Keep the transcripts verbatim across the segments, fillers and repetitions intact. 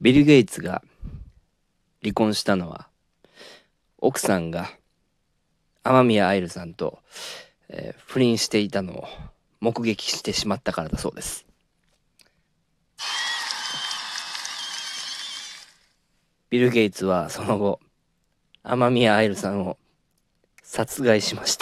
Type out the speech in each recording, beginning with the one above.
ビル・ゲイツが離婚したのは、奥さんが雨宮愛流さんと、えー不倫していたのを目撃してしまったからだそうです。ビル・ゲイツはその後、雨宮愛流さんを殺害しました。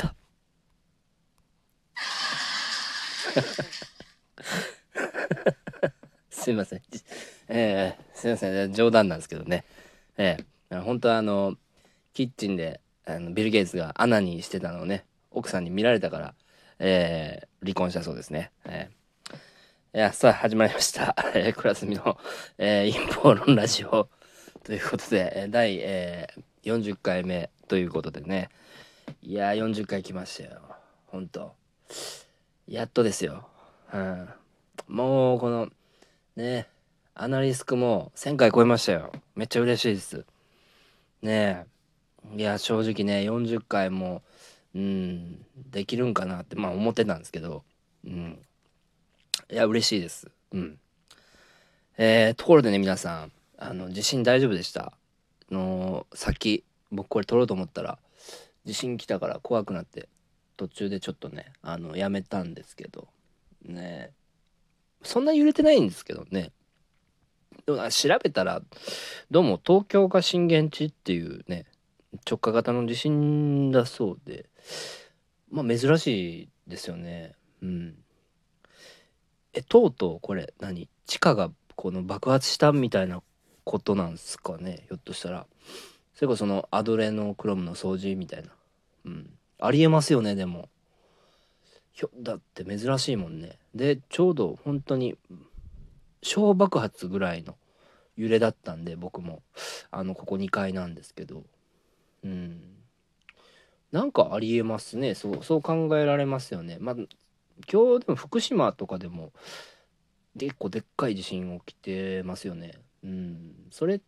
すいません。えー、すいません。冗談なんですけどね。えー、本当はあの、キッチンであのビル・ゲイツがアナニーしてたのをね、奥さんに見られたから、えー、離婚したそうですね。えー、いや、さあ、始まりました。えー、クラスミの、えー、陰謀論ラジオということで、えー第、えー、よんじゅっかいめということでね。いやー、よんじゅっかい来ましたよ。ほんと。やっとですよ。うん。もう、この、ね、アナリスクもせんかい超えましたよ。めっちゃ嬉しいです。ねえ。いや、正直ね、よんじゅっかいも、うん、できるんかなって、まあ思ってたんですけど、うん。いや、嬉しいです。うん。えー、ところでね、皆さん、あの、地震大丈夫でした？あのー、さっき、僕これ撮ろうと思ったら、地震来たから怖くなって、途中でちょっとね、あの、やめたんですけど、ね、そんな揺れてないんですけどね。でも調べたら、どうも東京が震源地っていうね、直下型の地震だそうで、まあ珍しいですよね。うん。え、とうとうこれ何地下がこの爆発したみたいなことなんすかね、ひょっとしたら。それこそそのアドレノクロムの掃除みたいな。うん。ありえますよね、でも。ひょ、だって珍しいもんね。で、ちょうど本当に小爆発ぐらいの揺れだったんで、僕も、あの、ここにかいなんですけど、うん。なんかありえますね。そう、そう考えられますよね。まあ、今日でも福島とかでも結構でっかい地震起きてますよね。うん。それって、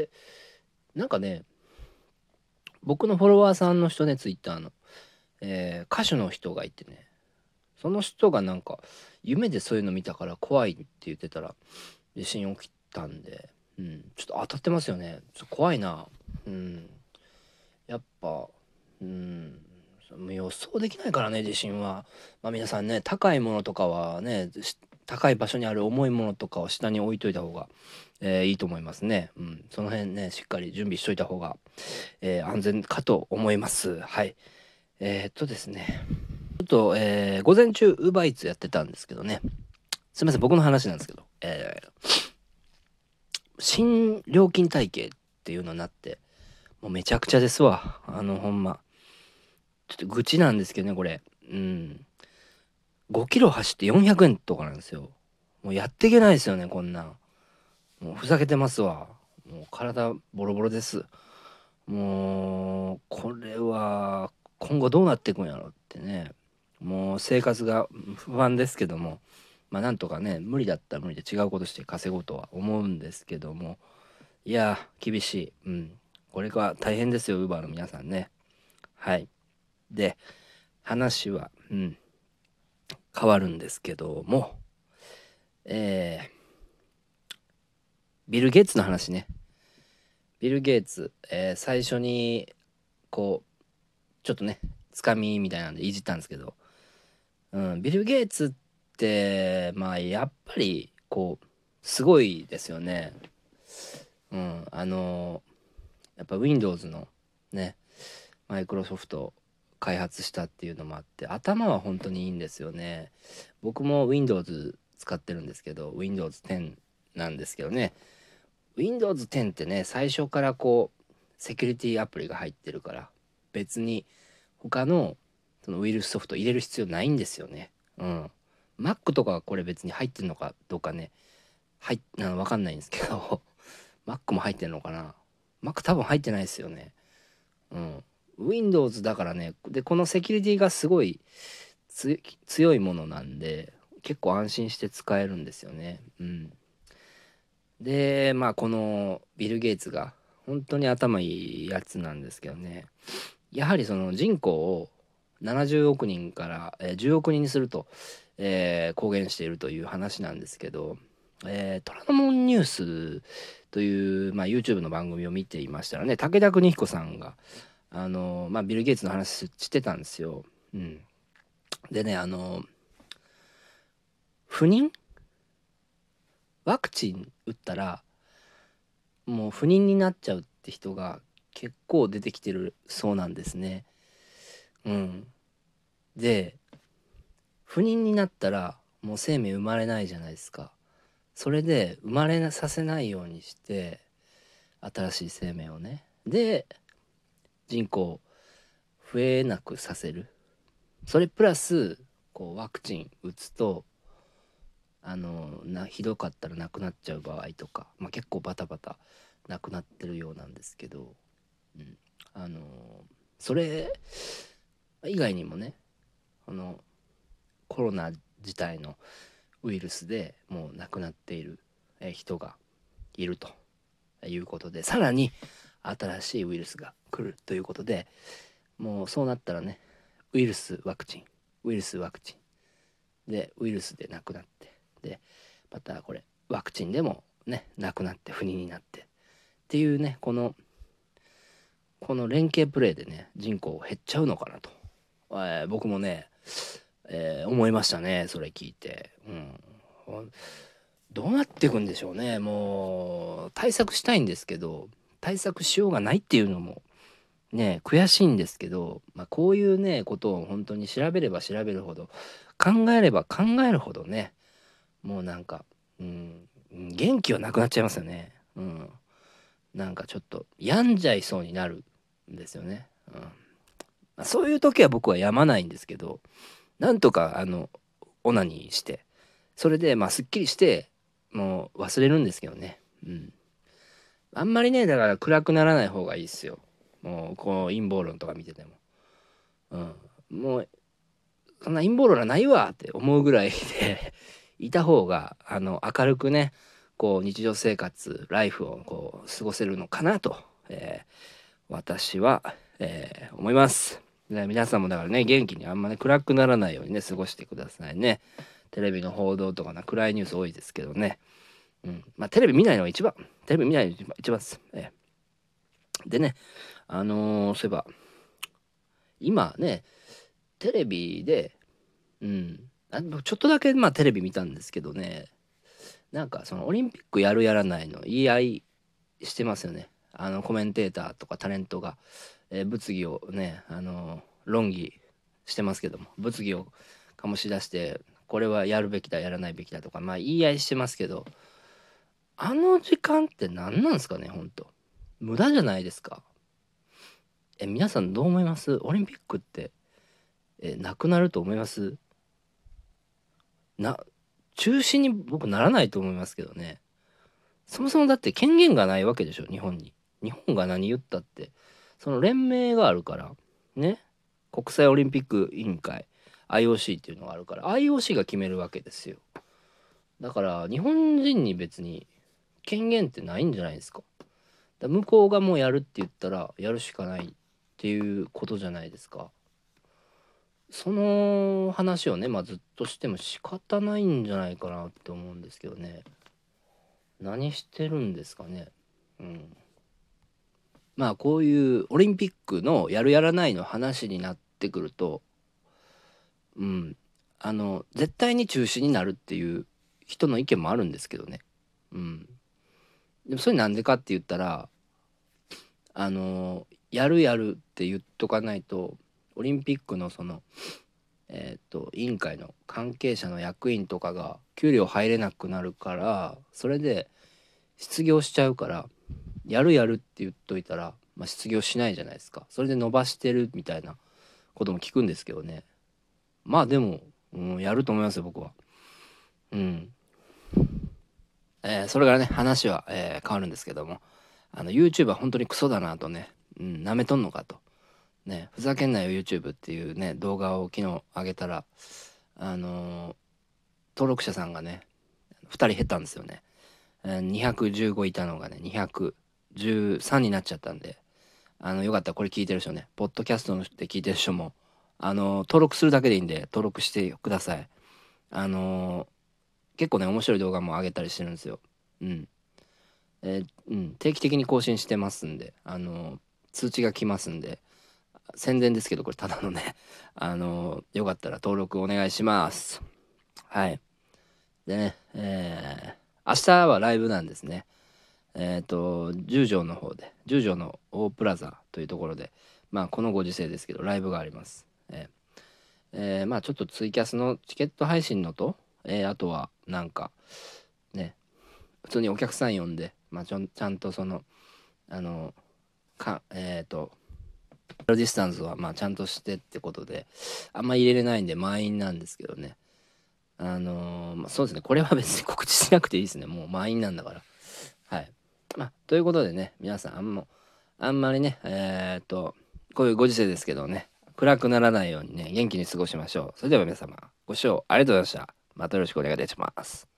なんかね、僕のフォロワーさんの人ね、ツイッターの、えー歌手の人がいてね、その人がなんか、夢でそういうの見たから怖いって言ってたら、地震起きたんで、うん、ちょっと当たってますよね。ちょっと怖いな。うん。やっぱ、うん、予想できないからね、地震は。まあ皆さんね、高いものとかはね、し高い場所にある重いものとかを下に置いといた方が、えーいいと思いますね。うん、その辺ね、しっかり準備しといた方が、えー安全かと思います。はい。えーっとですね、ちょっと、えー午前中、ウーバーイーツやってたんですけどね、すいません、僕の話なんですけど、えー新料金体系っていうのになって、もうめちゃくちゃですわ。あの、ほんま。ちょっと愚痴なんですけどね、これ。うん。ごキロ走ってよんひゃくえんとかなんですよ。もうやっていけないですよね、こんなん。もうふざけてますわ。もう体ボロボロです。もう、これは今後どうなっていくんやろってね。もう生活が不安ですけども、まあなんとかね、無理だったら無理で違うことして稼ごうとは思うんですけども、いやー、厳しい。うん。これが大変ですよ、ウーバーの皆さんね。はい。で、話は、うん、変わるんですけども、えー、ビル・ゲイツの話ね。ビル・ゲイツ、えー最初に、こう、ちょっとね、つかみみたいなんでいじったんですけど、うん、ビル・ゲイツって、まあ、やっぱり、こう、すごいですよね。うん、あのやっぱ Windows のね、マイクロソフト開発したっていうのもあって、頭は本当にいいんですよね。僕も Windows 使ってるんですけど、Windows テンなんですけどね、Windows テンってね、最初からこう、セキュリティアプリが入ってるから、別に他のそのウイルスソフト入れる必要ないんですよね。うん。Mac とかはこれ別に入ってんのかどうかね、入っ、あのわかんないんですけど、Mac も入ってんのかな？ Mac 多分入ってないですよね。うん。Windows だからね、で、このセキュリティがすごいつ強いものなんで、結構安心して使えるんですよね。うん。で、まあ、このビル・ゲイツが本当に頭いいやつなんですけどね、やはりその人口をななじゅうおく人からえーじゅうおく人にすると、えー公言しているという話なんですけど、 えー、虎ノ門ニュースという、まあ、YouTube の番組を見ていましたらね、武田邦彦さんが、あのまあ、ビル・ゲイツの話してたんですよ。うん、でね、あの不妊ワクチン打ったらもう不妊になっちゃうって人が結構出てきてるそうなんですね。うん、で不妊になったらもう生命生まれないじゃないですか。それで生まれさせないようにして新しい生命をね、で人口増えなくさせる。それプラスこうワクチン打つとあのなひどかったら亡くなっちゃう場合とか、まあ、結構バタバタ亡くなってるようなんですけど、うん、あのそれ以外にもね、あのコロナ自体のウイルスでもう亡くなっている人がいるということで、さらに新しいウイルスが来るということで、もうそうなったらね、ウイルスワクチンウイルスワクチンでウイルスで亡くなって、でまたこれワクチンでもね亡くなって不妊になってっていうね、このこの連携プレーでね人口減っちゃうのかなと、えー僕もね、えー思いましたね、それ聞いて。うん、どうなっていくんでしょうね。もう対策したいんですけど対策しようがないっていうのもね悔しいんですけど、まあ、こういうねことを本当に調べれば調べるほど、考えれば考えるほどね、もうなんか、うん、元気はなくなっちゃいますよね。うん、なんかちょっと病んじゃいそうになるんですよね。うん、まあ、そういう時は僕は病まないんですけど、なんとかあのオナニーしてそれでまあすっきりしてもう忘れるんですけどね。うん、あんまりねだから暗くならない方がいいっすよ。もうこう陰謀論とか見てても、うん、もうそんな陰謀論はないわって思うぐらいでいた方があの明るくねこう日常生活ライフをこう過ごせるのかなと、えー私は、えー思います。で皆さんもだからね元気にあんまね暗くならないようにね過ごしてくださいね。テレビの報道とかな暗いニュース多いですけどね。うん、まあテレビ見ないのが一番テレビ見ないのが一番です。えーでね、あのーそういえば今ねテレビで、うん、あちょっとだけまあテレビ見たんですけどね、なんかそのオリンピックやるやらないの言い合いしてますよね。あのコメンテーターとかタレントが、えー物議をね、あのー論議してますけども、物議を醸し出してこれはやるべきだやらないべきだとかまあ言い合いしてますけど、あの時間って何なんですかね、ほんと無駄じゃないですか。え皆さんどう思います？オリンピックってえなくなると思います？な中止に僕ならないと思いますけどね。そもそもだって権限がないわけでしょ、日本に。日本が何言ったって。その連盟があるから。ね。国際オリンピック委員会、アイオーシー っていうのがあるから、アイオーシー が決めるわけですよ。だから日本人に別に権限ってないんじゃないですか。だ向こうがもうやるって言ったらやるしかないっていうことじゃないですか。その話をね、まあ、ずっとしても仕方ないんじゃないかなって思うんですけどね。何してるんですかね。うん。まあこういうオリンピックのやるやらないの話になってくると、うん、あの絶対に中止になるっていう人の意見もあるんですけどね。うん。でもそれなんでかって言ったら、あのやるやるって言っとかないとオリンピックのそのえっと委員会の関係者の役員とかが給料入れなくなるから、それで失業しちゃうから、やるやるって言っといたら、まあ、失業しないじゃないですか。それで伸ばしてるみたいなことも聞くんですけどね。まあでも、うん、やると思いますよ僕は。うん。えーそれからね話は、えー変わるんですけども、あの YouTube は本当にクソだなとね、うん、舐めとんのかと。ね、ふざけんなよ YouTube っていうね動画を昨日上げたら、あのー登録者さんがねふたり減ったんですよね。えーにひゃくじゅうごいたのがねにひゃくじゅうさんになっちゃったんで、あのよかったらこれ聞いてる人ね、ポッドキャストので聞いてる人も、あの登録するだけでいいんで登録してください。あの結構ね面白い動画も上げたりしてるんですよ。うん。えーうん、定期的に更新してますんで、あの通知が来ますんで、宣伝ですけどこれただのね、あのよかったら登録お願いします。はい。でね、えー、明日はライブなんですね。えっと、十条の方で、十条の大プラザというところで、まあこのご時世ですけど、ライブがあります。えーえーまあちょっとツイキャスのチケット配信のと、えーあとはなんか、ね、普通にお客さん呼んで、まあちょん、ちゃんとその、あの、か、えっと、ディスタンスはまあちゃんとしてってことで、あんま入れれないんで満員なんですけどね。あのーまあ、そうですね。これは別に告知しなくていいですね。もう満員なんだから。はい。まあ、ということでね、皆さん、あんま、あんまりね、えーっと、こういうご時世ですけどね、暗くならないようにね、元気に過ごしましょう。それでは皆様、ご視聴ありがとうございました。またよろしくお願いいたします。